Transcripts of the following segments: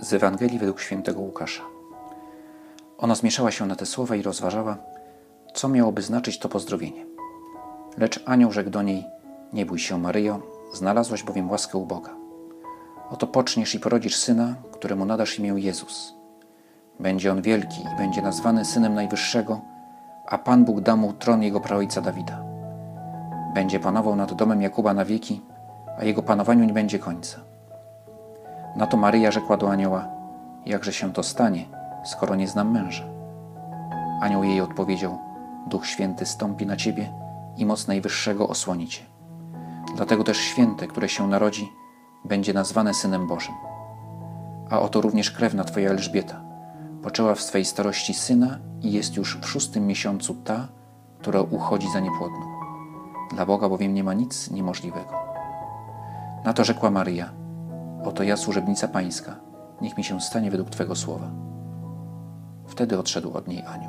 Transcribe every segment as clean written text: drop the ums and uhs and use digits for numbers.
Z Ewangelii według świętego Łukasza. Ona zmieszała się na te słowa i rozważała, co miałoby znaczyć to pozdrowienie. Lecz anioł rzekł do niej: nie bój się, Maryjo, znalazłaś bowiem łaskę u Boga. Oto poczniesz i porodzisz syna, któremu nadasz imię Jezus. Będzie on wielki i będzie nazwany Synem Najwyższego, a Pan Bóg da mu tron jego praojca Dawida. Będzie panował nad domem Jakuba na wieki, a jego panowaniu nie będzie końca. Na to Maryja rzekła do anioła: jakże się to stanie, skoro nie znam męża? Anioł jej odpowiedział: Duch Święty stąpi na ciebie i moc Najwyższego osłoni cię. Dlatego też święte, które się narodzi, będzie nazwane Synem Bożym. A oto również krewna twoja Elżbieta poczęła w swej starości syna i jest już w 6. miesiącu ta, która uchodzi za niepłodną. Dla Boga bowiem nie ma nic niemożliwego. Na to rzekła Maryja: oto ja, służebnica Pańska, niech mi się stanie według Twego słowa. Wtedy odszedł od niej anioł.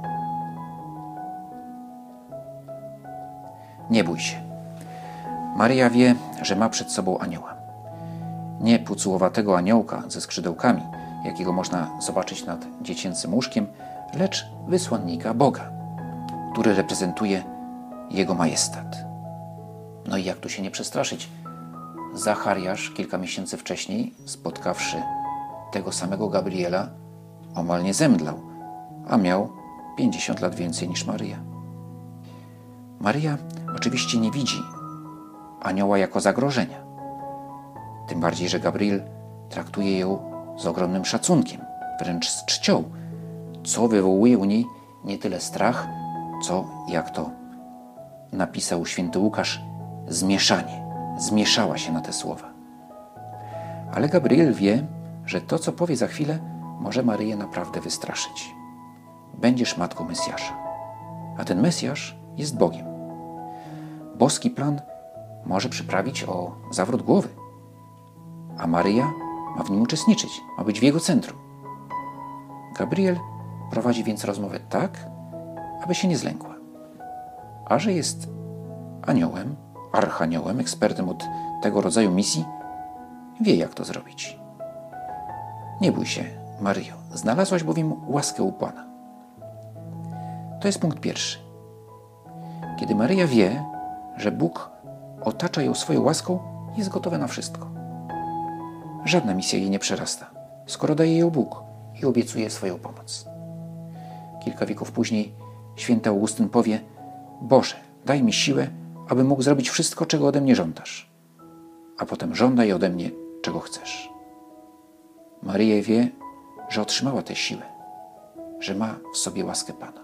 Nie bój się. Maryja wie, że ma przed sobą anioła. Nie pucułowatego aniołka ze skrzydełkami, jakiego można zobaczyć nad dziecięcym łóżkiem, lecz wysłannika Boga, który reprezentuje Jego majestat. No i jak tu się nie przestraszyć? Zachariasz kilka miesięcy wcześniej, spotkawszy tego samego Gabriela, omal nie zemdlał, a miał 50 lat więcej niż Maryja. Maryja oczywiście nie widzi anioła jako zagrożenia. Tym bardziej, że Gabriel traktuje ją z ogromnym szacunkiem, wręcz z czcią, co wywołuje u niej nie tyle strach, co, jak to napisał święty Łukasz, zmieszanie. Zmieszała się na te słowa. Ale Gabriel wie, że to, co powie za chwilę, może Maryję naprawdę wystraszyć. Będziesz matką Mesjasza, a ten Mesjasz jest Bogiem. Boski plan może przyprawić o zawrót głowy, a Maryja ma w nim uczestniczyć, ma być w jego centrum. Gabriel prowadzi więc rozmowę tak, aby się nie zlękła. A że jest aniołem, archaniołem, ekspertem od tego rodzaju misji, wie, jak to zrobić. Nie bój się, Maryjo, znalazłaś bowiem łaskę u Pana. To jest punkt pierwszy. Kiedy Maryja wie, że Bóg otacza ją swoją łaską, jest gotowa na wszystko. Żadna misja jej nie przerasta, skoro daje ją Bóg i obiecuje swoją pomoc. Kilka wieków później święty Augustyn powie: Boże, daj mi siłę, abym mógł zrobić wszystko, czego ode mnie żądasz, a potem żądaj ode mnie, czego chcesz. Maryja wie, że otrzymała tę siłę, że ma w sobie łaskę Pana.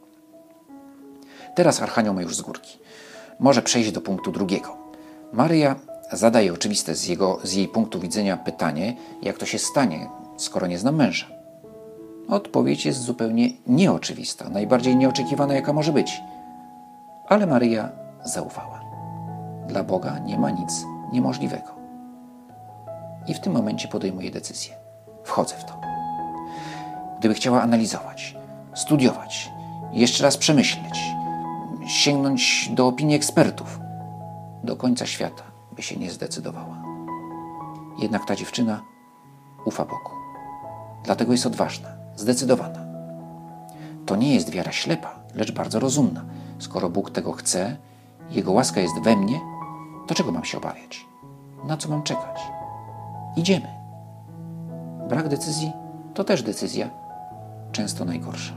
Teraz archanioł ma już z górki. Może przejść do punktu drugiego. Maryja zadaje oczywiste z jej punktu widzenia pytanie, jak to się stanie, skoro nie zna męża. Odpowiedź jest zupełnie nieoczywista, najbardziej nieoczekiwana, jaka może być. Ale Maryja zaufała. Dla Boga nie ma nic niemożliwego. I w tym momencie podejmuje decyzję. Wchodzę w to. Gdyby chciała analizować, studiować, jeszcze raz przemyśleć, sięgnąć do opinii ekspertów, do końca świata by się nie zdecydowała. Jednak ta dziewczyna ufa Bogu. Dlatego jest odważna, zdecydowana. To nie jest wiara ślepa, lecz bardzo rozumna. Skoro Bóg tego chce, Jego łaska jest we mnie, to czego mam się obawiać? Na co mam czekać? Idziemy. Brak decyzji to też decyzja, często najgorsza.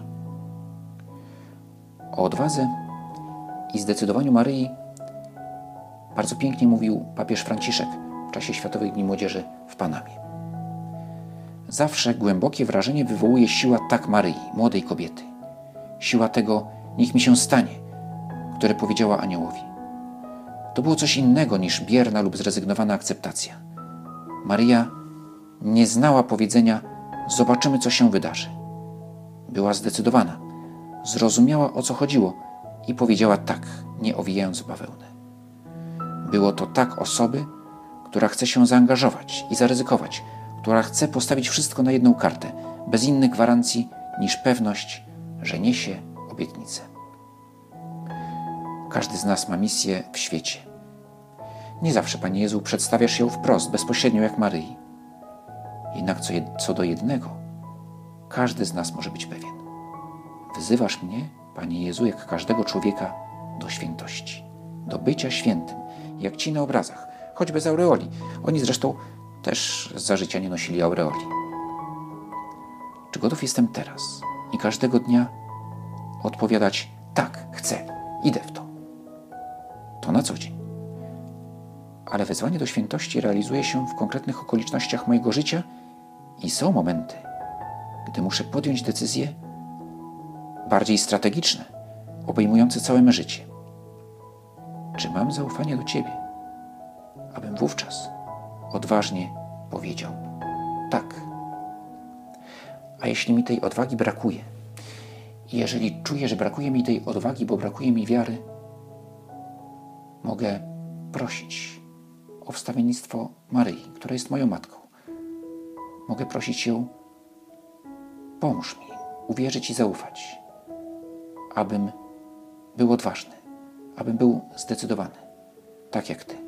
O odwadze i zdecydowaniu Maryi bardzo pięknie mówił papież Franciszek w czasie Światowych Dni Młodzieży w Panamie. Zawsze głębokie wrażenie wywołuje siła tak Maryi, młodej kobiety. Siła tego niech mi się stanie, które powiedziała aniołowi. To było coś innego niż bierna lub zrezygnowana akceptacja. Maryja nie znała powiedzenia zobaczymy, co się wydarzy. Była zdecydowana, zrozumiała, o co chodziło i powiedziała tak, nie owijając w bawełnę. Było to tak osoby, która chce się zaangażować i zaryzykować, która chce postawić wszystko na jedną kartę, bez innych gwarancji niż pewność, że niesie obietnicę. Każdy z nas ma misję w świecie. Nie zawsze, Panie Jezu, przedstawiasz ją wprost, bezpośrednio jak Maryi. Jednak co do jednego, każdy z nas może być pewien. Wzywasz mnie, Panie Jezu, jak każdego człowieka, do świętości, do bycia świętym, jak ci na obrazach, choć bez aureoli. Oni zresztą też za życia nie nosili aureoli. Czy gotów jestem teraz i każdego dnia odpowiadać: tak, chcę, idę w to. To na co dzień. Ale wezwanie do świętości realizuje się w konkretnych okolicznościach mojego życia i są momenty, gdy muszę podjąć decyzje bardziej strategiczne, obejmujące całe me życie. Czy mam zaufanie do Ciebie, abym wówczas odważnie powiedział tak? A jeśli mi tej odwagi brakuje, i jeżeli czuję, że brakuje mi tej odwagi, bo brakuje mi wiary, mogę prosić o wstawiennictwo Maryi, która jest moją matką. Mogę prosić ją: pomóż mi uwierzyć i zaufać, abym był odważny, abym był zdecydowany, tak jak Ty.